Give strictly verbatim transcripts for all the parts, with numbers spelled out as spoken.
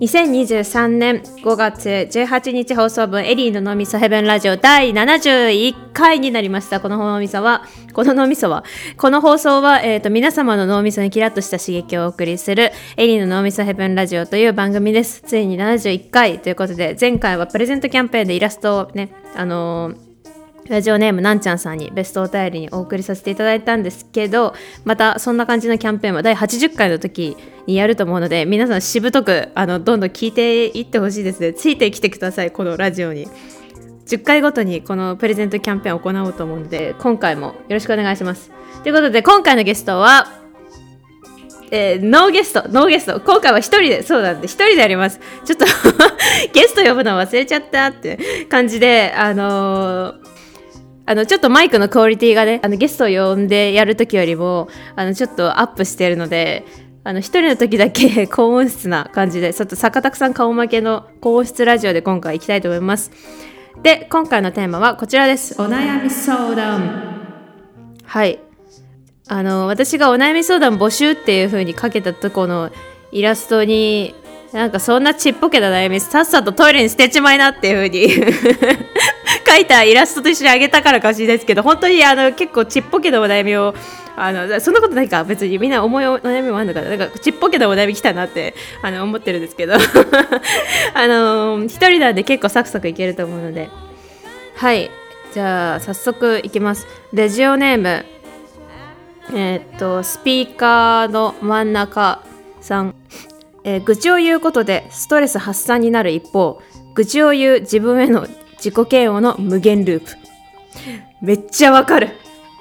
にせんにじゅうさんねんごがつじゅうはちにち放送分エリーの脳みそヘブンラジオだいななじゅういっかいになりました。この脳みそはこの脳みそはこの放送は、えーと、皆様の脳みそにキラッとした刺激をお送りするエリーの脳みそヘブンラジオという番組です。ついにななじゅういっかいということで、前回はプレゼントキャンペーンでイラストをね、あのーラジオネームなんちゃんさんにベストお便りにお送りさせていただいたんですけど、またそんな感じのキャンペーンはだいはちじゅっかいの時にやると思うので、皆さんしぶとくあのどんどん聞いていってほしいですね。ついてきてください。このラジオにじゅっかいごとにこのプレゼントキャンペーンを行おうと思うので、今回もよろしくお願いします。ということで、今回のゲストはえー、ノーゲスト、ノーゲスト。今回は一人で、そうなんで、一人でやります。ちょっとゲスト呼ぶの忘れちゃったって感じで、あのー、あの、ちょっとマイクのクオリティがね、あの、ゲストを呼んでやるときよりも、あの、ちょっとアップしてるので、あの、一人の時だけ高音質な感じで、ちょっと坂田さん顔負けの高音質ラジオで今回行きたいと思います。で、今回のテーマはこちらです。お悩み相談。はい。あの私がお悩み相談募集っていう風にかけたとこのイラストに、なんかそんなちっぽけな悩みさっさとトイレに捨てちまいなっていう風に書いたイラストと一緒にあげたからかもしれないですけど、本当にあの結構ちっぽけなお悩みを、あのそんなことないか、別にみんな重いお悩みもあるのかな、なんかちっぽけなお悩み来たなってあの思ってるんですけどあの一人なんで結構サクサクいけると思うので、はい、じゃあ早速いきます。ラジオネームえー、っとスピーカーの真ん中さん、えー、愚痴を言うことでストレス発散になる一方、愚痴を言う自分への自己嫌悪の無限ループ。めっちゃわかる。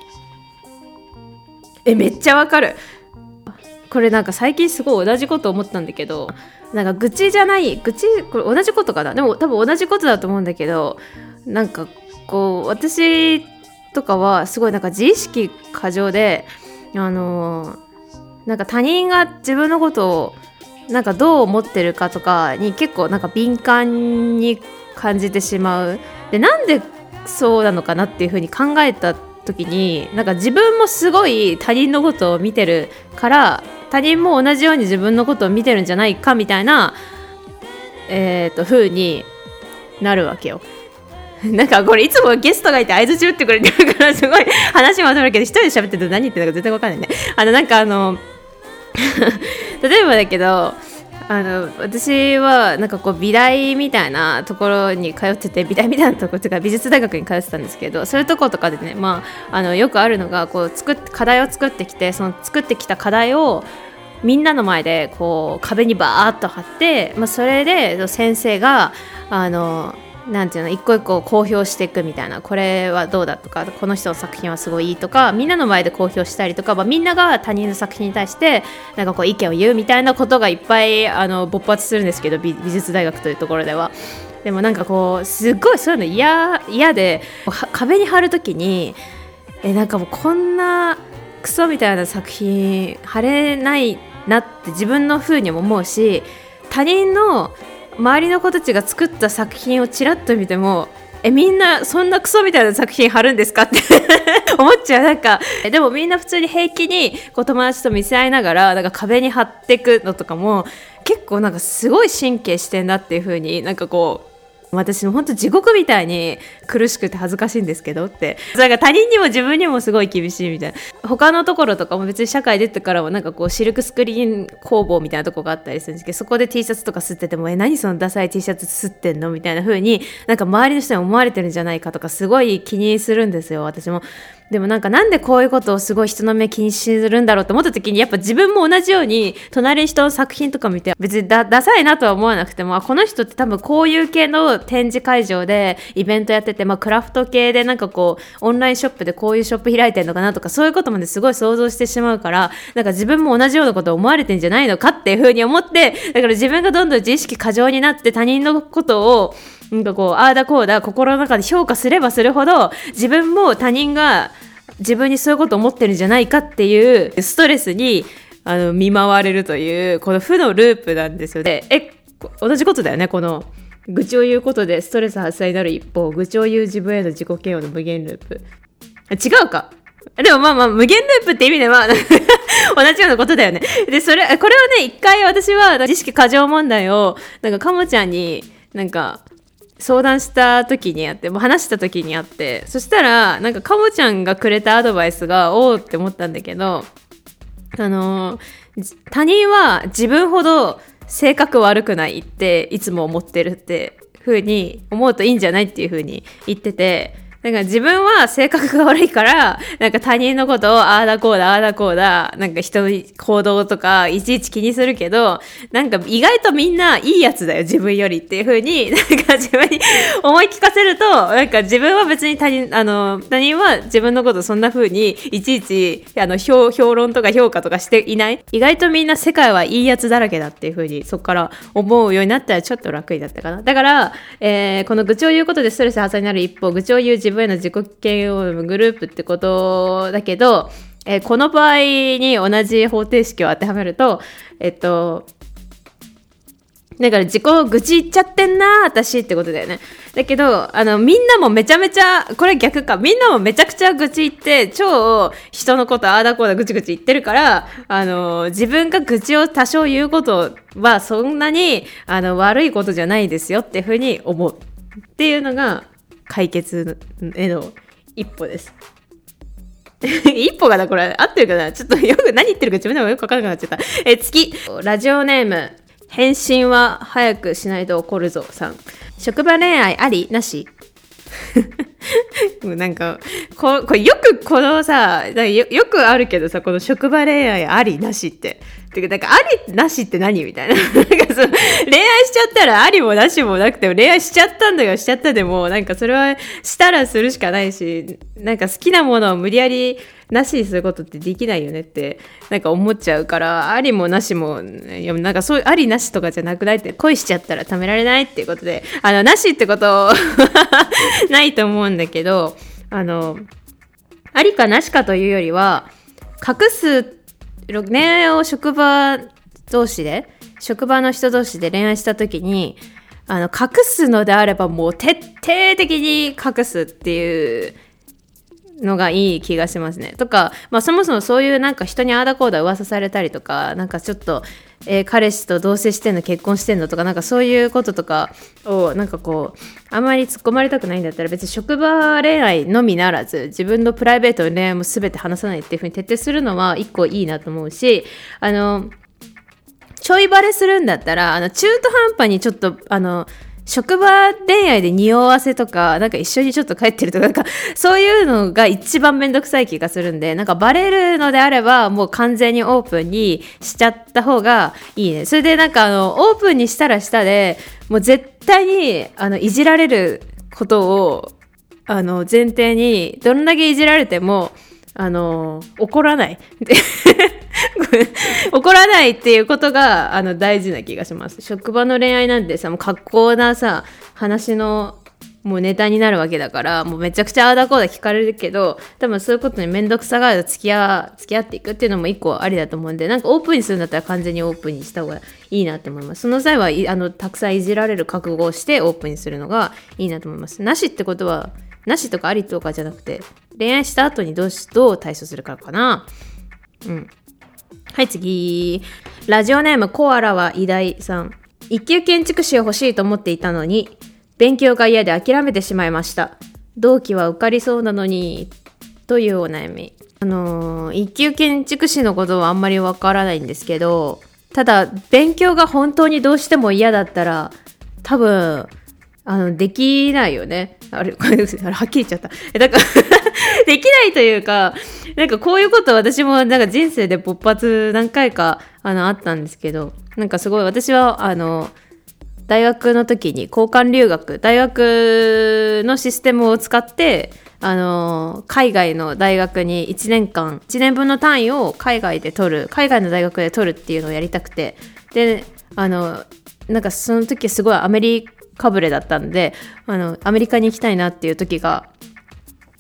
えめっちゃわかる。これなんか最近すごい同じこと思ったんだけど、なんか愚痴じゃない愚痴、これ同じことかな、でも多分同じことだと思うんだけど、なんかこう私とかはすごいなんか自意識過剰で、あのー、なんか他人が自分のことをなんかどう思ってるかとかに結構なんか敏感に感じてしまう。で、なんでそうなのかなっていう風に考えた時に、なんか自分もすごい他人のことを見てるから、他人も同じように自分のことを見てるんじゃないかみたいなえーと風になるわけよ。なんかこれいつもゲストがいて相槌打ってくれてるからすごい話まとまるけど、一人で喋ってると何言ってるのか絶対分かんないね。あのなんかあの例えばだけど、あの私はなんかこう美大みたいなところに通ってて、美大みたいなところとか美術大学に通ってたんですけど、そういうところとかでね、まあ、あのよくあるのがこう作っ課題を作ってきて、その作ってきた課題をみんなの前でこう壁にバーッと貼って、まあ、それで先生があのなんていうの、一個一個公表していくみたいな、これはどうだとか、この人の作品はすごいいいとか、みんなの前で公表したりとか、まあ、みんなが他人の作品に対してなんかこう意見を言うみたいなことがいっぱいあの勃発するんですけど、 美, 美術大学というところでは。でもなんかこうすっごいそういうの嫌嫌で、壁に貼るときにえなんかもうこんなクソみたいな作品貼れないなって自分の風にも思うし、他人の周りの子たちが作った作品をちらっと見ても、えみんなそんなクソみたいな作品貼るんですかって思っちゃう。なんかでもみんな普通に平気にこう友達と見せ合いながらなんか壁に貼っていくのとかも結構なんかすごい神経してんなっていう風に、なんかこう私の本当地獄みたいに苦しくて恥ずかしいんですけどって、なんか他人にも自分にもすごい厳しいみたいな。他のところとかも別に社会出てからもなんかこうシルクスクリーン工房みたいなとこがあったりするんですけど、そこで T シャツとか吸っててもえ何そのダサい T シャツ吸ってんのみたいな風になんか周りの人に思われてるんじゃないかとかすごい気にするんですよ、私も。でもなんかなんでこういうことをすごい人の目気にするんだろうと思った時に、やっぱ自分も同じように隣に人の作品とか見て別にダダサいなとは思わなくても、この人って多分こういう系の展示会場でイベントやってて、まあ、クラフト系でなんかこうオンラインショップでこういうショップ開いてるのかなとか、そういうことまですごい想像してしまうから、なんか自分も同じようなことを思われてんじゃないのかっていう風に思って、だから自分がどんどん自意識過剰になって他人のことをなんかこうああだこうだ心の中で評価すればするほど、自分も他人が自分にそういうことを思ってるんじゃないかっていうストレスにあの見舞われるというこの負のループなんですよね。え同じことだよね。この愚痴を言うことでストレス発散になる一方、愚痴を言う自分への自己嫌悪の無限ループ。違うかでもまあまあ無限ループって意味では同じようなことだよね。で、それ、これをね、一回私は知識過剰問題を、なんかかもちゃんになんか相談した時にあって、もう話した時にあって、そしたら、なんかかもちゃんがくれたアドバイスが、おーって思ったんだけど、あのー、他人は自分ほど性格悪くないっていつも思ってるって風に思うといいんじゃないっていう風に言ってて、なんか自分は性格が悪いから、なんか他人のことをああだこうだ、ああだこうだ、なんか人の行動とかいちいち気にするけど、なんか意外とみんないいやつだよ、自分よりっていう風に、なんか自分に思い聞かせると、なんか自分は別に他人、あの、他人は自分のことそんな風にいちいち、あの、評、評論とか評価とかしていない。意外とみんな世界はいいやつだらけだっていう風に、そこから思うようになったらちょっと楽になったかな。だから、えー、この愚痴を言うことでストレス発散になる一方、愚痴を言う自分への自己嫌悪グループってことだけど、えー、この場合に同じ方程式を当てはめると、えっと、だから自己愚痴言っちゃってんな私ってことだよね。だけど、あの、みんなもめちゃめちゃ、これ逆か、みんなもめちゃくちゃ愚痴言って、超人のことああだこうだぐちぐち言ってるから、あの、自分が愚痴を多少言うことはそんなに、あの、悪いことじゃないですよっていうふうに思う。っていうのが、解決への一歩です。一歩がな、これ合ってるかな、ちょっとよく何言ってるか自分でもよく分からなくなっちゃった。え次、ラジオネーム返信は早くしないと怒るぞさん。職場恋愛ありなしなんかここれよくこのさ よ, よくあるけどさ、この職場恋愛ありなしっててか、なんかありなしって何みたいな。なんかそう恋愛しちゃったらありもなしもなくても、恋愛しちゃったんだよしちゃったでも、なんかそれはしたらするしかないし、なんか好きなものを無理やりなしにすることってできないよねってなんか思っちゃうから、ありもなしも、いやなんかそういうありなしとかじゃなくないって、恋しちゃったらためられないっていうことで、あのなしってことないと思うんだけど、あのありかなしかというよりは、隠す恋愛を職場同士で職場の人同士で恋愛した時に、あの隠すのであればもう徹底的に隠すっていうのがいい気がしますね。とか、まあそもそもそういうなんか人にあーだこーだ噂されたりとか、なんかちょっと、えー、彼氏と同棲してんの結婚してんのとか、なんかそういうこととかをなんかこうあんまり突っ込まれたくないんだったら、別に職場恋愛のみならず自分のプライベートの恋愛も全て話さないっていう風に徹底するのは一個いいなと思うし、あのちょいバレするんだったら、あの中途半端にちょっとあの職場恋愛で匂わせとか、なんか一緒にちょっと帰ってるとか、なんかそういうのが一番めんどくさい気がするんで、なんかバレるのであればもう完全にオープンにしちゃった方がいいね。それでなんかあのオープンにしたらしたで、もう絶対にあのいじられることをあの前提に、どんだけいじられてもあの怒らない怒らないっていうことがあの大事な気がします。職場の恋愛なんてさ、もう格好なさ話のもうネタになるわけだから、もうめちゃくちゃあーだこーだ聞かれるけど、多分そういうことにめんどくさがらず付き合付き合っていくっていうのも一個ありだと思うんで、なんかオープンにするんだったら完全にオープンにした方がいいなって思います。その際はあのたくさんいじられる覚悟をしてオープンにするのがいいなと思います。なしってことはなしとかありとかじゃなくて、恋愛した後にどうしどう対処するかかな。うん。はい、次。ラジオネームコアラは偉大さん。一級建築士を欲しいと思っていたのに、勉強が嫌で諦めてしまいました。同期は受かりそうなのに、というお悩み。あのー、一級建築士のことはあんまりわからないんですけど、ただ勉強が本当にどうしても嫌だったら、多分あのできないよね。あれ、これあれはっきり言っちゃった。えだからできないというか、なんかこういうこと私もなんか人生で勃発何回かあのあったんですけど、なんかすごい私はあの大学の時に交換留学、大学のシステムを使ってあの海外の大学にいちねんかんいちねんぶんの単位を海外で取る、海外の大学で取るっていうのをやりたくて、であのなんかその時すごいアメリカかぶれだったんで、あのアメリカに行きたいなっていう時が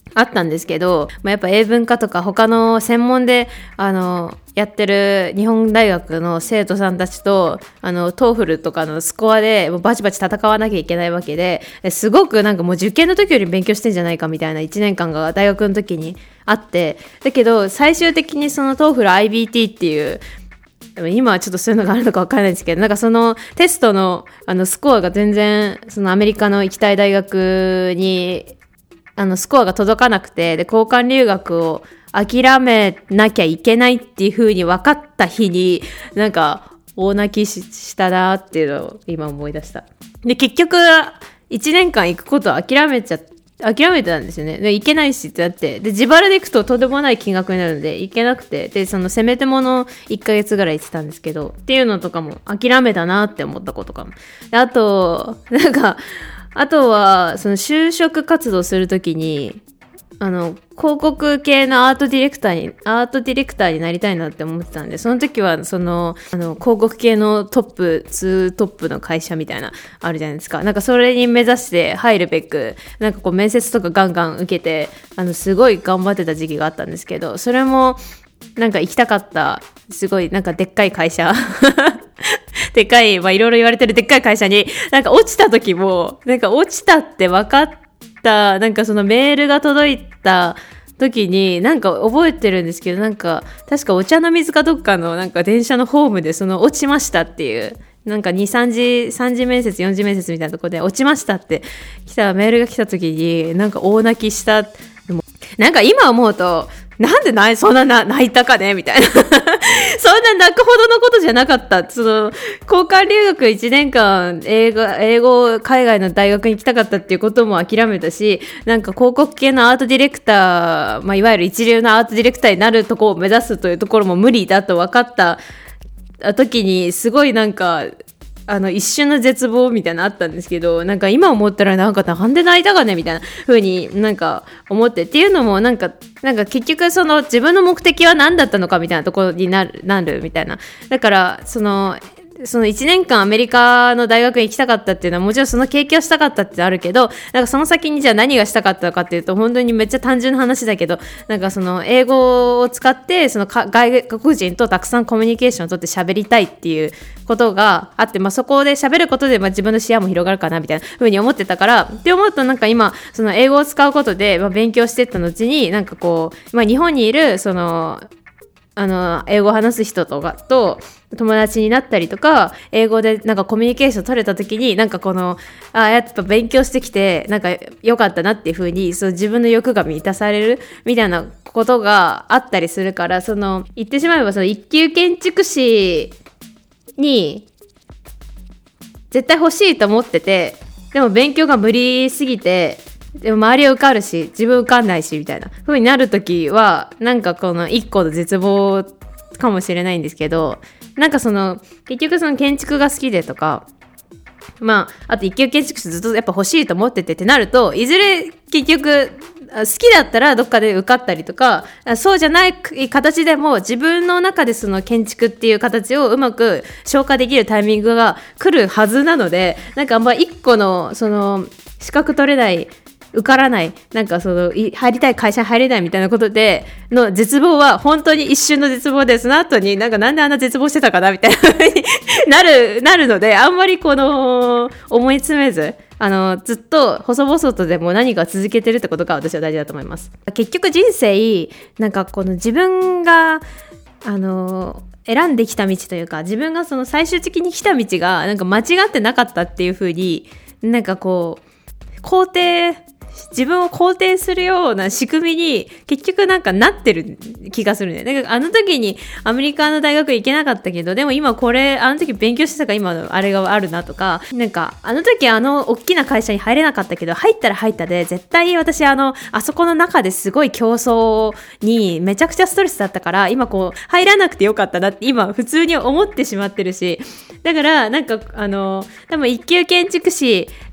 あったんですけど、まあ、やっぱ英文科とか他の専門であのやってる日本大学の生徒さんたちとあのトーフルとかのスコアでもうバチバチ戦わなきゃいけないわけで、すごくなんかもう受験の時より勉強してんじゃないかみたいないちねんかんが大学の時にあって、だけど最終的にそのトーフル アイビーティー っていう今はちょっとそういうのがあるのか分からないんですけど、なんかそのテストのあのスコアが全然そのアメリカの行きたい大学にあのスコアが届かなくて、で交換留学を諦めなきゃいけないっていう風に分かった日になんか大泣き し, したなっていうのを今思い出した。で結局いちねんかん行くことを諦めちゃ諦めてたんですよね。で行けないしってなって、で自腹で行くととんでもない金額になるので行けなくて、でそのせめてものいっかげつぐらい行ってたんですけどっていうのとかも諦めたなって思ったことかも。であとなんかあとはその就職活動するときにあの広告系のアートディレクターにアートディレクターになりたいなって思ってたんで、その時はそのあの広告系のトップにトップの会社みたいなあるじゃないですか。なんかそれに目指して入るべくなんかこう面接とかガンガン受けてあのすごい頑張ってた時期があったんですけど、それもなんか行きたかったすごいなんかでっかい会社でっかい、まあいろいろ言われてるでっかい会社になんか落ちた時もなんか落ちたって分かったなんかそのメールが届いた時になんか覚えてるんですけど、なんか確かお茶の水かどっかのなんか電車のホームでその落ちましたっていうなんかに、さんじ、さんじ面接、よんじ面接みたいなところで落ちましたって来たメールが来た時になんか大泣きした。なんか今思うとなんでないそんな泣いたかねみたいなそんな泣くほどのことじゃなかった。その交換留学いちねんかん英語英語海外の大学に行きたかったっていうことも諦めたし、なんか広告系のアートディレクター、まあ、いわゆる一流のアートディレクターになるところを目指すというところも無理だと分かった時にすごいなんかあの一瞬の絶望みたいなのあったんですけど、なんか今思ったらなんかなんで泣いたかねみたいな風になんか思って、っていうのもなんかなんか結局その自分の目的は何だったのかみたいなところになるなるみたいな。だからそのそのいちねんかんアメリカの大学に行きたかったっていうのはもちろんその経験をしたかったってあるけど、なんかその先にじゃあ何がしたかったのかっていうと本当にめっちゃ単純な話だけど、なんかその英語を使ってその外国人とたくさんコミュニケーションを取って喋りたいっていうことがあって、まあ、そこで喋ることでまあ自分の視野も広がるかなみたいな風に思ってたからって思うと、なんか今その英語を使うことでまあ勉強してった後になんかこう、まあ、日本にいるそのあの英語を話す人とかと友達になったりとか英語でなんかコミュニケーション取れた時になんかこのあやっぱ勉強してきてなんか良かったなっていう風にそう自分の欲が満たされるみたいなことがあったりするから、その言ってしまえばその一級建築士に絶対欲しいと思ってて、でも勉強が無理すぎてでも周りは受かるし自分受かんないしみたいな風になるときはなんかこの一個の絶望かもしれないんですけど、なんかその結局その建築が好きでとか、まああと一級建築士ずっとやっぱ欲しいと思っててってなると、いずれ結局好きだったらどっかで受かったりとか、そうじゃない形でも自分の中でその建築っていう形をうまく消化できるタイミングが来るはずなので、なんかあんま一個のその資格取れない受からないなんかその入りたい会社に入れないみたいなことでの絶望は本当に一瞬の絶望で、その後になんかなんであんな絶望してたかなみたいななるなるので、あんまりこの思い詰めずあのずっと細々とでも何か続けてるってことが私は大事だと思います。結局人生なんかこの自分があの選んできた道というか、自分がその最終的に来た道がなんか間違ってなかったっていう風になんかこう肯定自分を肯定するような仕組みに結局なんかなってる気がするね。だからあの時にアメリカの大学行けなかったけど、でも今これあの時勉強してたから今のあれがあるなとか、なんかあの時あの大きな会社に入れなかったけど入ったら入ったで絶対私あのあそこの中ですごい競争にめちゃくちゃストレスだったから今こう入らなくてよかったなって今普通に思ってしまってるし、だからなんかあの多分一級建築士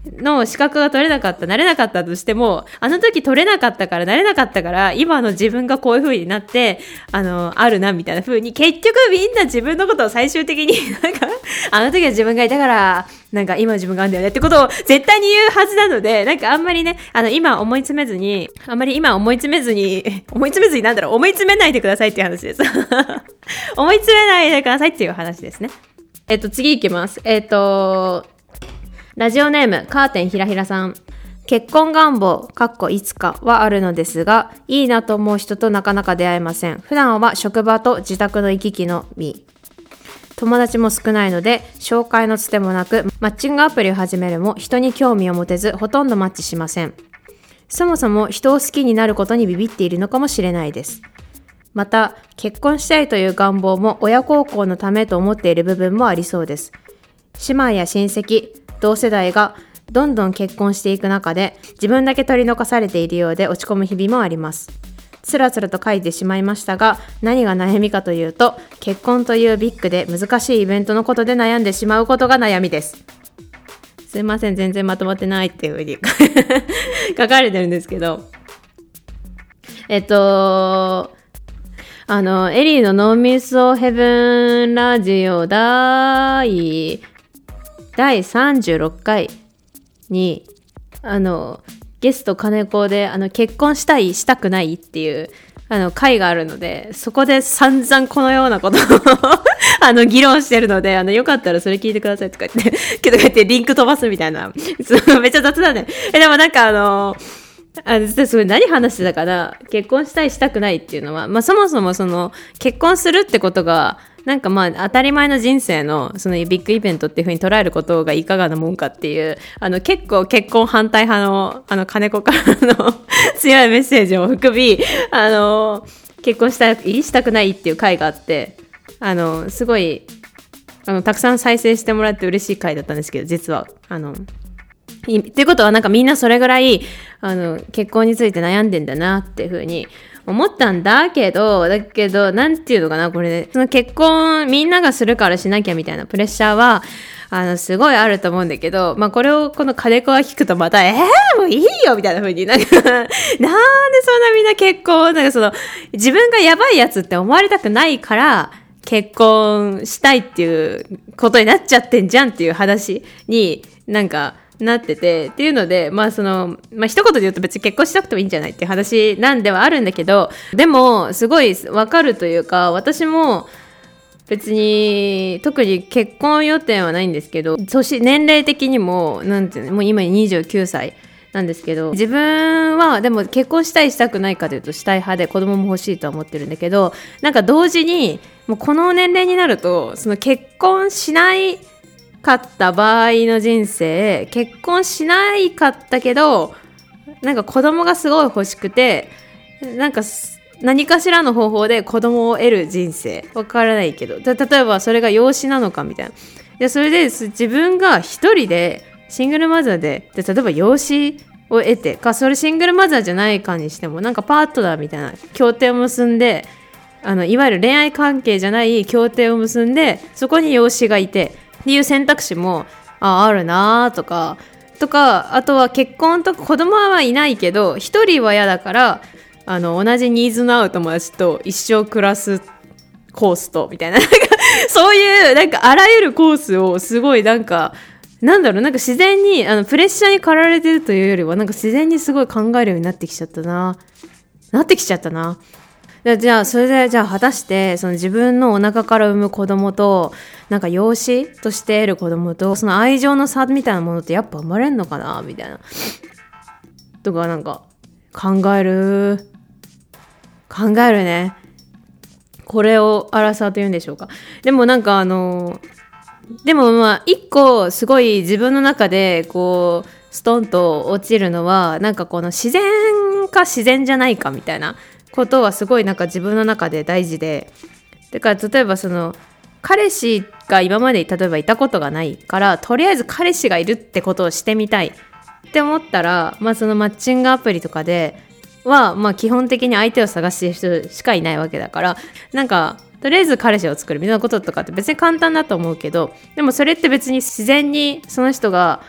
の資格が取れなかった、なれなかったとしても、あの時取れなかったから、なれなかったから、今の自分がこういう風になって、あの、あるな、みたいな風に、結局みんな自分のことを最終的に、なんか、あの時は自分がいたから、なんか今自分があるんだよねってことを絶対に言うはずなので、なんかあんまりね、あの、今思い詰めずに、あんまり今思い詰めずに、思い詰めずになんだろう、思い詰めないでくださいっていう話です。思い詰めないでくださいっていう話ですね。えっと、次いきます。えっと、ラジオネーム、カーテンひらひらさん。結婚願望、かっこいつかはあるのですが、いいなと思う人となかなか出会えません。普段は職場と自宅の行き来のみ。友達も少ないので、紹介のつてもなく、マッチングアプリを始めるも人に興味を持てず、ほとんどマッチしません。そもそも人を好きになることにビビっているのかもしれないです。また、結婚したいという願望も親孝行のためと思っている部分もありそうです。姉妹や親戚、同世代がどんどん結婚していく中で自分だけ取り残されているようで落ち込む日々もあります。つらつらと書いてしまいましたが、何が悩みかというと、結婚というビッグで難しいイベントのことで悩んでしまうことが悩みです。すいません、全然まとまってないっていう風に書かれてるんですけど、えっとあのエリーのノーミスオヘブンラジオ第第さんじゅうろっかいにあのゲスト金子であの結婚したいしたくないっていうあの回があるので、そこで散々このようなことをあの議論してるので、あのよかったらそれ聞いてくださいとか言ってけど言ってリンク飛ばすみたいなめっちゃ雑だね。えでもなんかあのあのすごい何話してたかな、結婚したいしたくないっていうのは、まあそもそもその結婚するってことがなんかまあ当たり前の人生のそのビッグイベントっていう風に捉えることがいかがなもんかっていう、あの結構結婚反対派のあの金子からの強いメッセージも含み、あの結婚したいしたくないっていう回があって、あのすごいあのたくさん再生してもらって嬉しい回だったんですけど、実はあのっていうことはなんかみんなそれぐらいあの結婚について悩んでんだなっていう風に思ったんだけど、だけどなんていうのかな、これね、その結婚みんながするからしなきゃみたいなプレッシャーはあのすごいあると思うんだけど、まあこれをこの金子が聞くとまたえーもういいよみたいな風になんかなんでそんなみんな結婚なんかその自分がやばいやつって思われたくないから結婚したいっていうことになっちゃってんじゃんっていう話になんかなっててっていうので、まあそのまあ一言で言うと別に結婚しなくてもいいんじゃないっていう話なんではあるんだけど、でもすごいわかるというか、私も別に特に結婚予定はないんですけど、年年齢的にもなんていうの、もう今にじゅうきゅうさいなんですけど、自分はでも結婚したいしたくないかというとしたい派で、子供も欲しいとは思ってるんだけど、なんか同時にもうこの年齢になるとその結婚しないかった場合の人生、結婚しないかったけどなんか子供がすごい欲しくて、なんか何かしらの方法で子供を得る人生、わからないけど、例えばそれが養子なのかみたいな。でそれで自分が一人でシングルマザーで、で例えば養子を得てか、それシングルマザーじゃないかにしてもなんかパートナーみたいな協定を結んで、あのいわゆる恋愛関係じゃない協定を結んで、そこに養子がいてっていう選択肢も あ, あるなとかとか、あとは結婚と子供はいないけど一人は嫌だから、あの同じニーズの合う友達と一生暮らすコースとみたいなそういうなんかあらゆるコースをすごいなんかなんだろう、なんか自然にあのプレッシャーに駆られてるというよりは、なんか自然にすごい考えるようになってきちゃったななってきちゃったなじゃあそれでじゃあ果たしてその自分のお腹から産む子供となんか養子として得る子供とその愛情の差みたいなものってやっぱ生まれんのかなみたいなとかなんか考える考えるね。これをアラサーと言うんでしょうか。でもなんかあのでもまあ一個すごい自分の中でこうストンと落ちるのは、なんかこの自然か自然じゃないかみたいなことはすごいなんか自分の中で大事で、だから例えばその彼氏が今まで例えばいたことがないから、とりあえず彼氏がいるってことをしてみたいって思ったら、まあそのマッチングアプリとかではまあ基本的に相手を探してる人しかいないわけだから、なんかとりあえず彼氏を作るみたいなこととかって別に簡単だと思うけど、でもそれって別に自然にその人が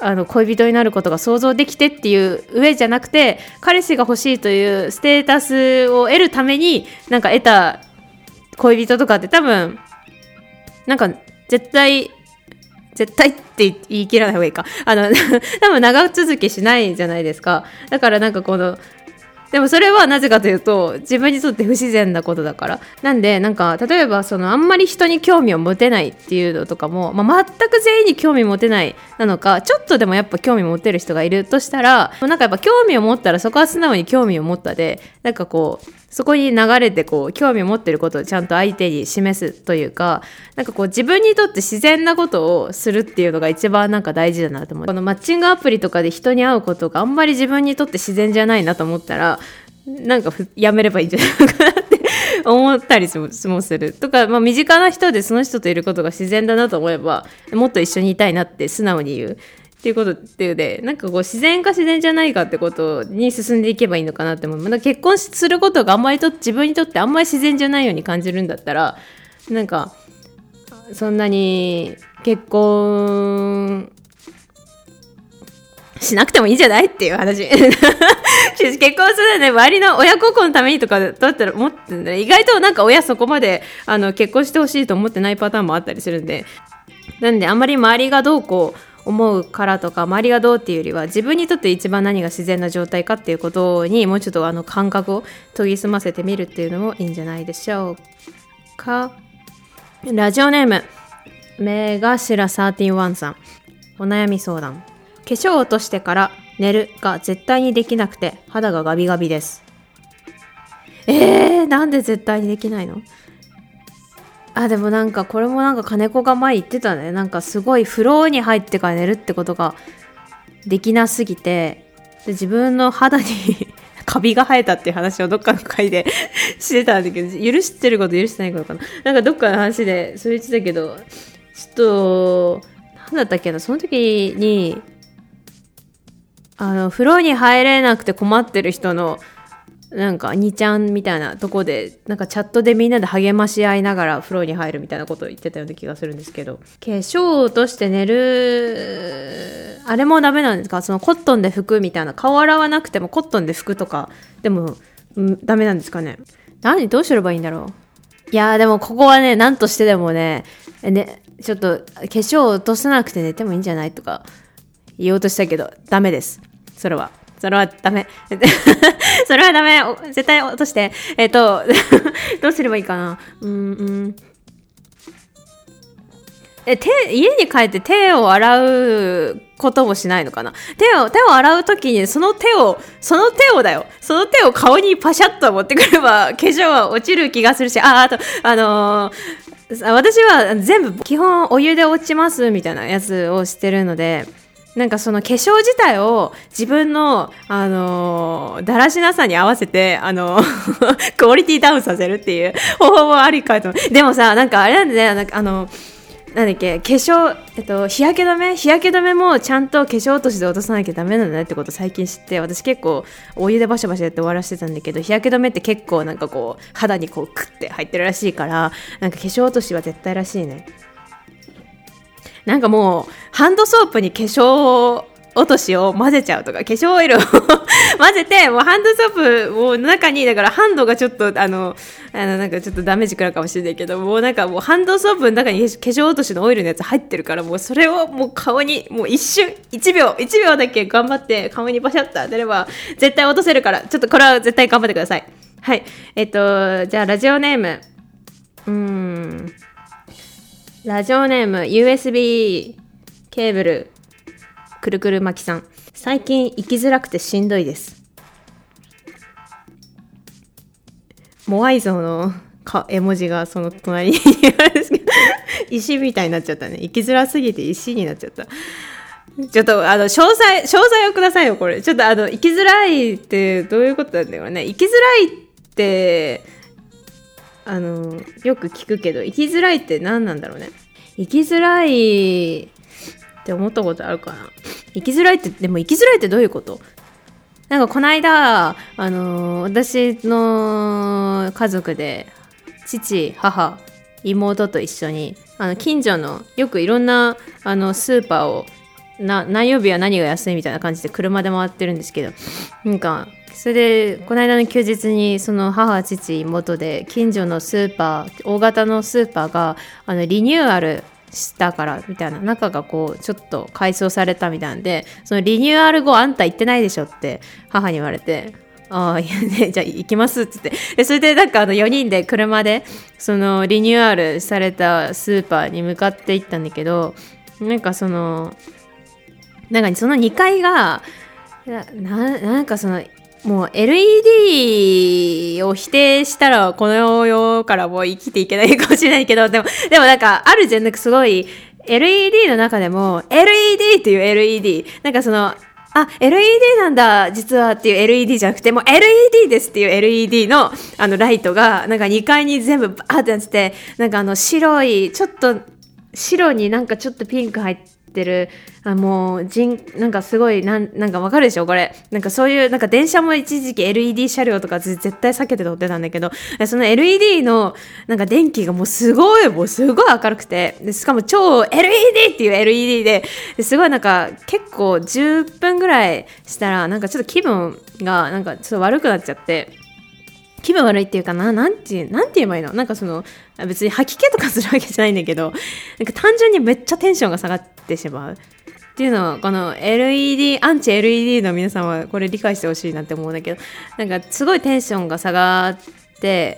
あの恋人になることが想像できてっていう上じゃなくて、彼氏が欲しいというステータスを得るためになんか得た恋人とかって多分なんか絶対絶対って言い切らない方がいいか、あの多分長続きしないじゃないですか。だからなんかこのでもそれはなぜかというと自分にとって不自然なことだからなんで、なんか例えばそのあんまり人に興味を持てないっていうのとかも、まあ、全く全員に興味持てないなのか、ちょっとでもやっぱ興味持てる人がいるとしたら、なんかやっぱ興味を持ったらそこは素直に興味を持ったで、なんかこうそこに流れてこう興味を持ってることをちゃんと相手に示すというか、なんかこう自分にとって自然なことをするっていうのが一番なんか大事だなと思う。このマッチングアプリとかで人に会うことがあんまり自分にとって自然じゃないなと思ったら、なんかやめればいいんじゃないのかなって思ったりもするとか、まあ、身近な人でその人といることが自然だなと思えばもっと一緒にいたいなって素直に言うっていうことっていうで、なんかこう自然か自然じゃないかってことに進んでいけばいいのかなって思う。まだ結婚することがあんまりと自分にとってあんまり自然じゃないように感じるんだったら、なんかそんなに結婚しなくてもいいんじゃないっていう話結婚するね、周りの親孝行のためにとかだったら思ってんだ、ね、意外となんか親そこまであの結婚してほしいと思ってないパターンもあったりするんで、なんであんまり周りがどうこう思うからとか、周りがどうっていうよりは自分にとって一番何が自然な状態かっていうことにもうちょっとあの感覚を研ぎ澄ませてみるっていうのもいいんじゃないでしょうか。ラジオネーム目頭さんじゅういちさん、お悩み相談。化粧を落としてから寝るが絶対にできなくて肌がガビガビです。えー、なんで絶対にできないの？あ、でもなんかこれもなんか金子が前言ってたね。なんかすごい風呂に入ってから寝るってことができなすぎて、で自分の肌にカビが生えたっていう話をどっかの回でしてたんだけど、許してること許してないことかな、なんかどっかの話でそれ言ってたけど、ちょっとなんだったっけな、その時にあの風呂に入れなくて困ってる人のなんかにちゃんみたいなとこでなんかチャットでみんなで励まし合いながら風呂に入るみたいなことを言ってたような気がするんですけど、化粧を落として寝るあれもダメなんですか？そのコットンで拭くみたいな、顔洗わなくてもコットンで拭くとかでも、うん、ダメなんですかね。何どうすればいいんだろう。いやーでもここはね、何としてでもねねちょっと化粧を落とさなくて寝てもいいんじゃないとか言おうとしたけどダメです。それはそれはダメそれはダメ、絶対落として。えっとどうすればいいかな。うーんうんえ手家に帰って手を洗うこともしないのかな。手を手を洗うときにその手をその手をだよその手を顔にパシャッと持ってくれば化粧は落ちる気がするし、ああとあのー、私は全部基本お湯で落ちますみたいなやつをしてるので、なんかその化粧自体を自分の、あのー、だらしなさに合わせて、あのー、クオリティダウンさせるっていう方法もありかと。でもさ、なんかあれなんでね、なんかあのなんだっけ、化粧、えっと、日焼け止め日焼け止めもちゃんと化粧落としで落とさなきゃダメなんだねってことを最近知って、私結構お湯でバシャバシャやって終わらせてたんだけど、日焼け止めって結構なんかこう肌にこうクッて入ってるらしいから、なんか化粧落としは絶対らしいね。なんかもうハンドソープに化粧落としを混ぜちゃうとか、化粧オイルを混ぜて、もうハンドソープを中に、だからハンドがちょっとあのあのなんかちょっとダメージ食らうかもしれないけど、もうなんかもうハンドソープの中に化粧落としのオイルのやつ入ってるから、もうそれをもう顔にもう一瞬いちびょういちびょうだけ頑張って顔にバシャッと当てれば絶対落とせるから、ちょっとこれは絶対頑張ってください。はい、えっとじゃあラジオネームうーんラジオネーム ユーエスビー ケーブルくるくる巻きさん、最近生きづらくてしんどいです。モアイ像の絵文字がその隣にあるんですけど石みたいになっちゃったね。生きづらすぎて石になっちゃった。ちょっとあの詳細詳細をくださいよ。これちょっとあの生きづらいってどういうことなんだよね。生きづらいってあのよく聞くけど、生きづらいって何なんだろうね。生きづらいって思ったことあるかな。生きづらいってでも生きづらいってどういうこと？なんかこの間あの私の家族で父母妹と一緒にあの近所のよくいろんなあのスーパーをな何曜日は何が安いみたいな感じで車で回ってるんですけど、なんかそれでこの間の休日にその母父妹で近所のスーパー大型のスーパーがあのリニューアルしたからみたいな、中がこうちょっと改装されたみたいなんで、そのリニューアル後あんた行ってないでしょって母に言われて、ああいやね、じゃあ行きますって言って、でそれでなんかあのよにんで車でそのリニューアルされたスーパーに向かって行ったんだけど、なんかそのなんかそのにかいが な, なんかそのもう エルイーディー を否定したらこの世からもう生きていけないかもしれないけど、でもでもなんかあるじゃん、なんかすごい エルイーディー の中でも エルイーディー っていう エルイーディー、 なんかそのあ エルイーディー なんだ実はっていう エルイーディー じゃなくて、もう エルイーディー ですっていう エルイーディー のあのライトがなんかにかいに全部バーってなってて、なんかあの白いちょっと白になんかちょっとピンク入ってる、あもう人なんかすごいなんなんかわかるでしょこれ、なんかそういうなんか電車も一時期 エルイーディー 車両とか絶対避けて乗ってたんだけど、その エルイーディー のなんか電気がもうすごいもうすごい明るくて、でしかも超 エルイーディー っていう エルイーディー で、ですごいなんか結構じゅっぷんぐらいしたらなんかちょっと気分がなんかちょっと悪くなっちゃって、気分悪いっていうかな、なんてなんて言えばいいの、なんかその別に吐き気とかするわけじゃないんだけど、なんか単純にめっちゃテンションが下がってしまうっていうのを、この エルイーディー アンチ エルイーディー の皆さんはこれ理解してほしいなって思うんだけど、なんかすごいテンションが下がって、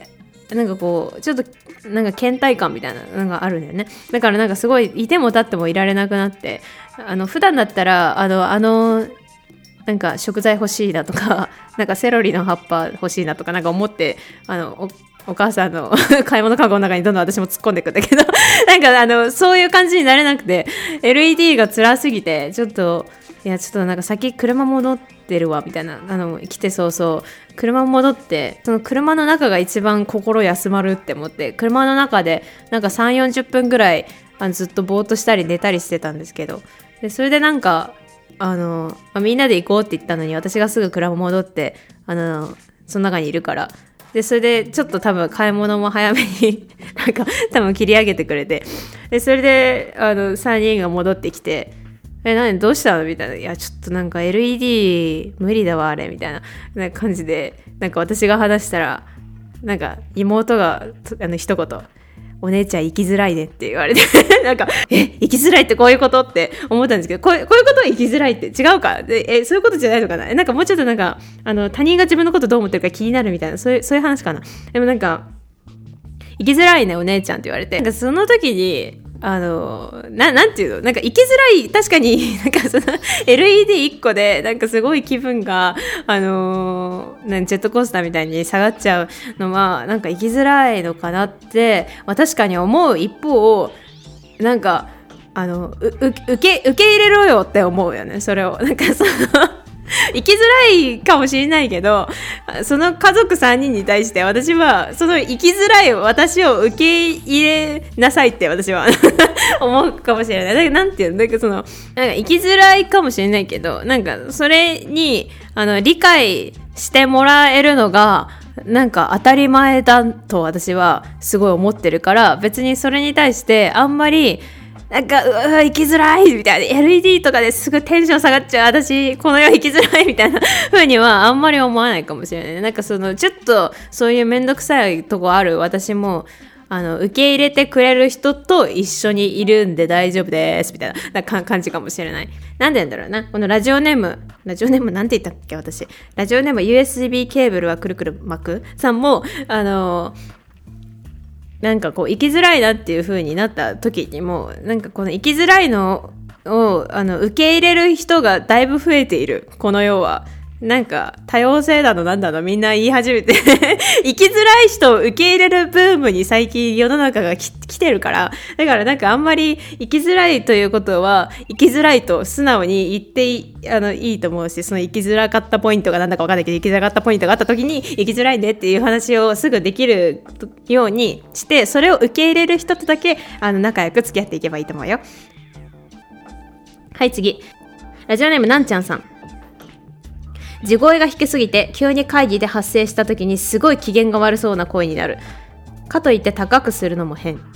なんかこうちょっとなんか倦怠感みたいなのがあるんだよね。だからなんかすごいいても立ってもいられなくなって、あの普段だったらあのあのなんか食材欲しいなとか、なんかセロリの葉っぱ欲しいなとかなんか思って、あの お, お母さんの買い物カゴの中にどんどん私も突っ込んでいくんだけどなんかあのそういう感じになれなくて、 エルイーディー が辛すぎてちょっといやちょっとなんか先車戻ってるわみたいな、あの来て早々車戻って、その車の中が一番心休まるって思って、車の中でなんかさんじゅうよんじゅっぷんぐらいあのずっとぼーっとしたり寝たりしてたんですけど、でそれでなんかあの、まあ、みんなで行こうって言ったのに私がすぐ車戻ってあのその中にいるから、でそれでちょっと多分買い物も早めになんか多分切り上げてくれて、でそれであのさんにんが戻ってきて、え何どうしたのみたいな、いやちょっとなんか エルイーディー 無理だわあれみたいな、なんか感じでなんか私が話したら、なんか妹があの一言、お姉ちゃん生きづらいねって言われてなんかえ生きづらいってこういうことって思ったんですけど、こう、こういうことは生きづらいって違うかで、えそういうことじゃないのかな、なんかもうちょっとなんかあの他人が自分のことどう思ってるか気になるみたいな、そういうそういう話かな。でもなんか生きづらいねお姉ちゃんって言われて、なんかその時にあのななんていうの、なんか生きづらい、確かになんかその エルイーディーいっ 個でなんかすごい気分があのなんジェットコースターみたいに下がっちゃうのはなんか生きづらいのかなって確かに思う一方、なんかあのうう受け受け入れろよって思うよね、それを。なんかその生きづらいかもしれないけど、その家族さんにんに対して私はその生きづらい私を受け入れなさいって私は思うかもしれない。だからなんていうの、なんかそのなんか生きづらいかもしれないけど、なんかそれにあの理解してもらえるのがなんか当たり前だと私はすごい思ってるから、別にそれに対してあんまりなんかうわ生きづらいみたいな エルイーディー とかですぐテンション下がっちゃう私この世生きづらいみたいな風にはあんまり思わないかもしれない。なんかそのちょっとそういうめんどくさいとこある私もあの受け入れてくれる人と一緒にいるんで大丈夫ですみたい な, な感じかもしれない。なんでなんだろうな、このラジオネームラジオネームなんて言ったっけ私、ラジオネーム ユーエスビー ケーブルはくるくる巻くさんもあのなんかこう生きづらいなっていう風になった時にもなんかこの生きづらいのをあの受け入れる人がだいぶ増えているこの世は。なんか多様性だのなんだのみんな言い始めて生きづらい人を受け入れるブームに最近世の中がき来てるから、だからなんかあんまり生きづらいということは生きづらいと素直に言ってい い, あのいいと思うし、その生きづらかったポイントがなんだか分かんないけど生きづらかったポイントがあった時に生きづらいねっていう話をすぐできるようにして、それを受け入れる人とだけあの仲良く付き合っていけばいいと思うよ。はい次、ラジオネームなんちゃんさん。地声が低すぎて急に会議で発声した時にすごい機嫌が悪そうな声になる。かといって高くするのも変。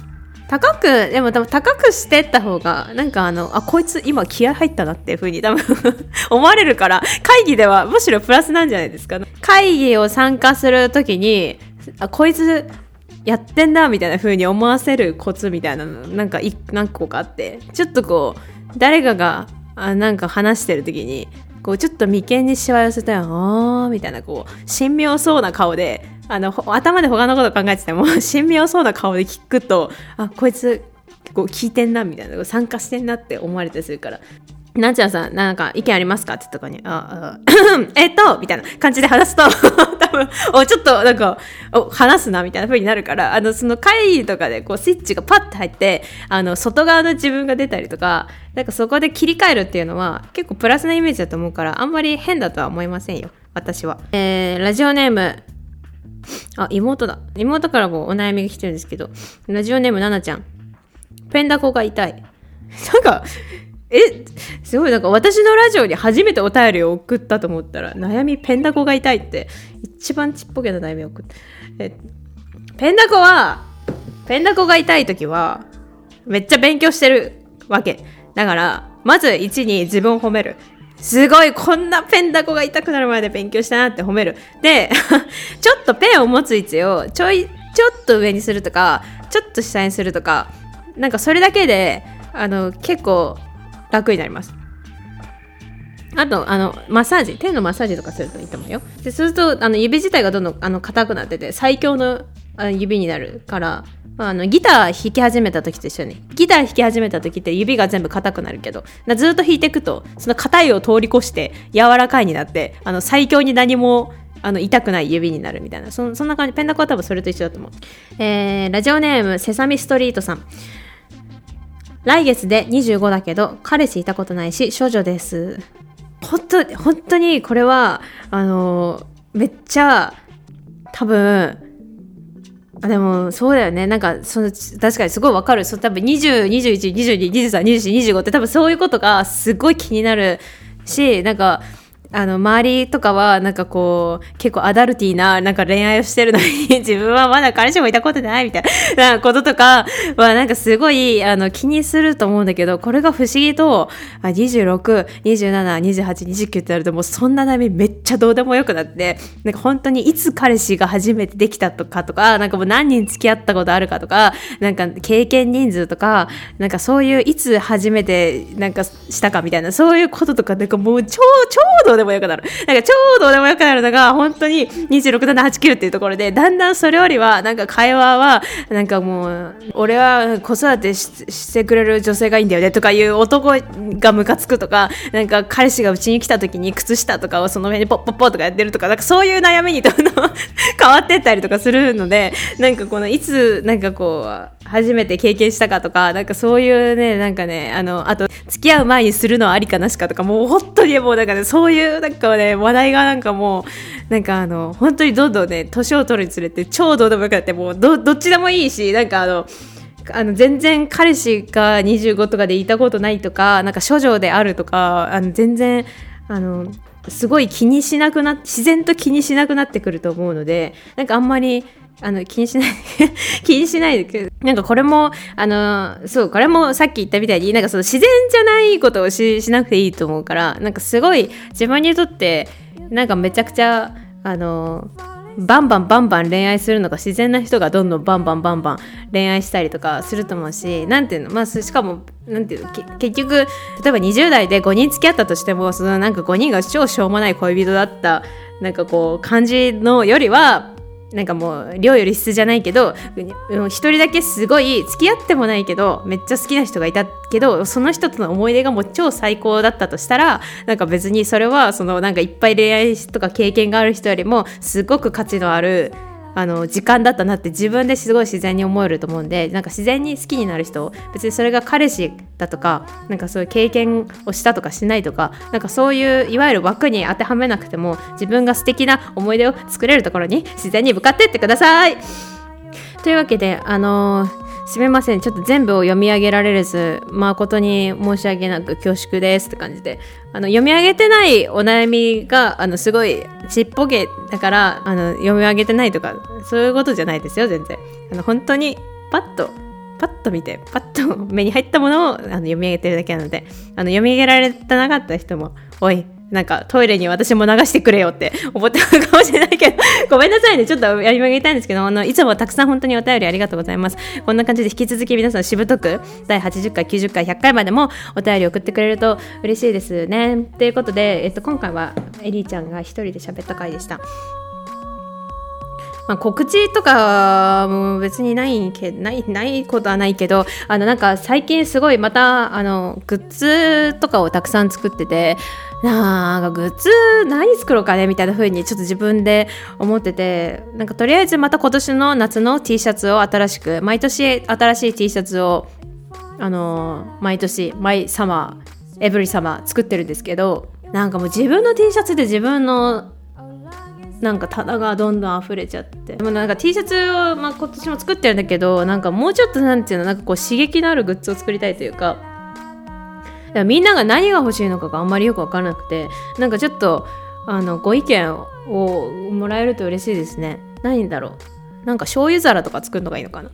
高くでも多分高くしてった方がなんかあのあこいつ今気合入ったなっていう風に多分思われるから、会議ではむしろプラスなんじゃないですか。会議を参加するときにあこいつやってんなみたいな風に思わせるコツみたいなのなんか何個かあって、ちょっとこう誰かがあなんか話してるときにこうちょっと眉間にしわ寄せてあーみたいなこう神妙そうな顔であの頭で他のこと考えてても神妙そうな顔で聞くとあこいつこう聞いてんなみたいな参加してんなって思われたりするから、なんちゃんさんなんか意見ありますかってとかにああえっとみたいな感じで話すと多分おちょっとなんかお話すなみたいな風になるから、あのその会議とかでこうスイッチがパッて入ってあの外側の自分が出たりとかなんかそこで切り替えるっていうのは結構プラスなイメージだと思うからあんまり変だとは思いませんよ私は。えー、ラジオネームあ妹だ妹からもお悩みが来てるんですけど、ラジオネームななちゃん、ペンダコが痛いなんかえすごいなんか私のラジオに初めてお便りを送ったと思ったら悩みペンダコが痛いって一番ちっぽけな悩みを送って、えペンダコはペンダコが痛い時はめっちゃ勉強してるわけだから、まずいちに自分を褒める。すごいこんなペンダコが痛くなるまで勉強したなって褒める。でちょっとペンを持つ位置をちょいちょっと上にするとかちょっと下にするとかなんかそれだけであの結構楽になります。あとあのマッサージ手のマッサージとかするといいと思うよ。でそうするとあの指自体がどんどんあの硬くなってて最強の指になるから、まあ、あのギター弾き始めた時と一緒にギター弾き始めた時って指が全部硬くなるけどずっと弾いていくとその硬いを通り越して柔らかいになってあの最強に何もあの痛くない指になるみたいな そ, そんな感じ。ペンダコは多分それと一緒だと思う。えー、ラジオネームセサミストリートさん、来月でにじゅうごだけど彼氏いたことないし処女です。本当本当にこれはあのめっちゃ多分あでもそうだよね。なんかその確かにすごいわかる。そう多分にじゅう、にじゅういち、にじゅうに、にじゅうさん、にじゅうよん、にじゅうごって多分そういうことがすごい気になるし、なんかあの周りとかはなんかこう結構アダルティーななんか恋愛をしてるのに自分はまだ彼氏もいたことないみたいなこととかはなんかすごいあの気にすると思うんだけど、これが不思議とあにじゅうろく、にじゅうなな、にじゅうはち、にじゅうきゅうってなるともうそんな悩みめっちゃどうでもよくなって、なんか本当にいつ彼氏が初めてできたとかとかなんかもう何人付き合ったことあるかとかなんか経験人数とかなんかそういういつ初めてなんかしたかみたいなそういうこととかなんかもう超超どうでもよくなる。なんかちょうどどうでもよくなるのが本当ににじゅうろく、なな、はち、きゅうっていうところで、だんだんそれよりはなんか会話はなんかもう俺は子育て し, してくれる女性がいいんだよねとかいう男がムカつくとか、なんか彼氏がうちに来た時に靴下とかをその上にポッポッポとかやってるとか、なんかそういう悩みにどんどん変わってったりとかするので、なんかこのいつなんかこう初めて経験したかとか、なんかそういうねなんかねあのあと付き合う前にするのはありかなしかとか、もう本当にもうなんかねそういうなんかね話題がなんかもうなんかあの本当にどんどんね年を取るにつれて超どうでもよくなって、もう ど, どっちでもいいし、なんかあのあの全然彼氏がにじゅうごとかでいたことないとか、なんか処女であるとか、あの全然あのすごい気にしなくなって自然と気にしなくなってくると思うので、なんかあんまりあの気にしない気にしないで、なんかこれもあのそうこれもさっき言ったみたいになんかその自然じゃないことを し, しなくていいと思うから、なんかすごい自分にとってなんかめちゃくちゃあのバンバンバンバン恋愛するのが自然な人がどんどんバンバンバンバン恋愛したりとかすると思うし、なんていうの、まあしかもなんていうの結局例えばにじゅう代でごにん付き合ったとしても、そのなんかごにんが超しょうもない恋人だったなんかこう感じのよりは、なんかもう量より質じゃないけど一人だけすごい付き合ってもないけどめっちゃ好きな人がいたけど、その人との思い出がもう超最高だったとしたら、なんか別にそれはそのなんかいっぱい恋愛とか経験がある人よりもすごく価値のあるあの時間だったなって自分ですごい自然に思えると思うんで、なんか自然に好きになる人、別にそれが彼氏だとかなんかそういう経験をしたとかしないとか、なんかそういういわゆる枠に当てはめなくても自分が素敵な思い出を作れるところに自然に向かっていってください。というわけであのーすみません、ちょっと全部を読み上げられず誠に申し訳なく恐縮ですって感じで、あの読み上げてないお悩みがあのすごいちっぽけだからあの読み上げてないとかそういうことじゃないですよ。全然あの本当にパッとパッと見てパッと目に入ったものをあの読み上げてるだけなので、あの読み上げられてなかった人もおいなんかトイレに私も流してくれよって思ってるかもしれないけどごめんなさいね、ちょっとやり曲げたいんですけど、あのいつもたくさん本当にお便りありがとうございます。こんな感じで引き続き皆さんしぶとくだいはちじゅっかいきゅうじゅっかいひゃっかいまでもお便り送ってくれると嬉しいですね。ということで、えっと、今回はエリーちゃんが一人で喋った回でした。まあ、告知とかも別にないけないないことはないけど、あのなんか最近すごいまたあのグッズとかをたくさん作ってて、なんかグッズ何作ろうかねみたいな風にちょっと自分で思ってて、なんかとりあえずまた今年の夏の T シャツを新しく、毎年新しい T シャツをあの毎年毎サマーエブリサマー作ってるんですけど、なんかもう自分の T シャツで自分のなんか棚がどんどん溢れちゃって、でもなんか T シャツを、まあ、今年も作ってるんだけど、なんかもうちょっとなんていうの、なんかこう刺激のあるグッズを作りたいというか、みんなが何が欲しいのかがあんまりよく分からなくて、なんかちょっとあのご意見をもらえると嬉しいですね。何だろう、なんか醤油皿とか作るのがいいのかな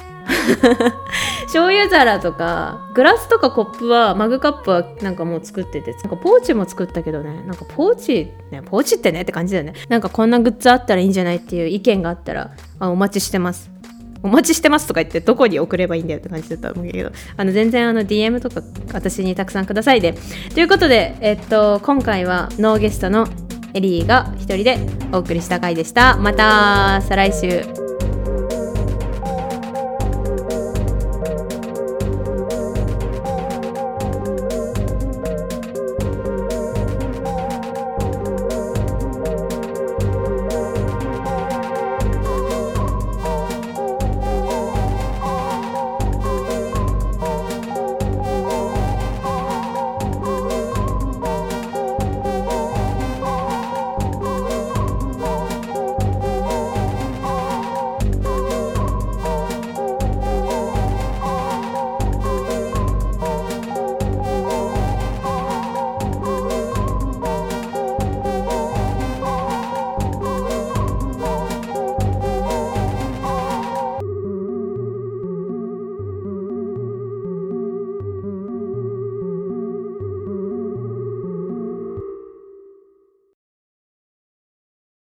醤油皿とかグラスとかコップはマグカップはなんかもう作ってて、なんかポーチも作ったけどね、なんかポーチねポーチってねって感じだよね。なんかこんなグッズあったらいいんじゃないっていう意見があったらあお待ちしてます。お待ちしてますとか言ってどこに送ればいいんだよって感じだったと思うけど、あの全然あの ディーエム とか私にたくさんくださいで。ということで、えっと今回はノーゲストのエリーが一人でお送りした回でした。また再来週。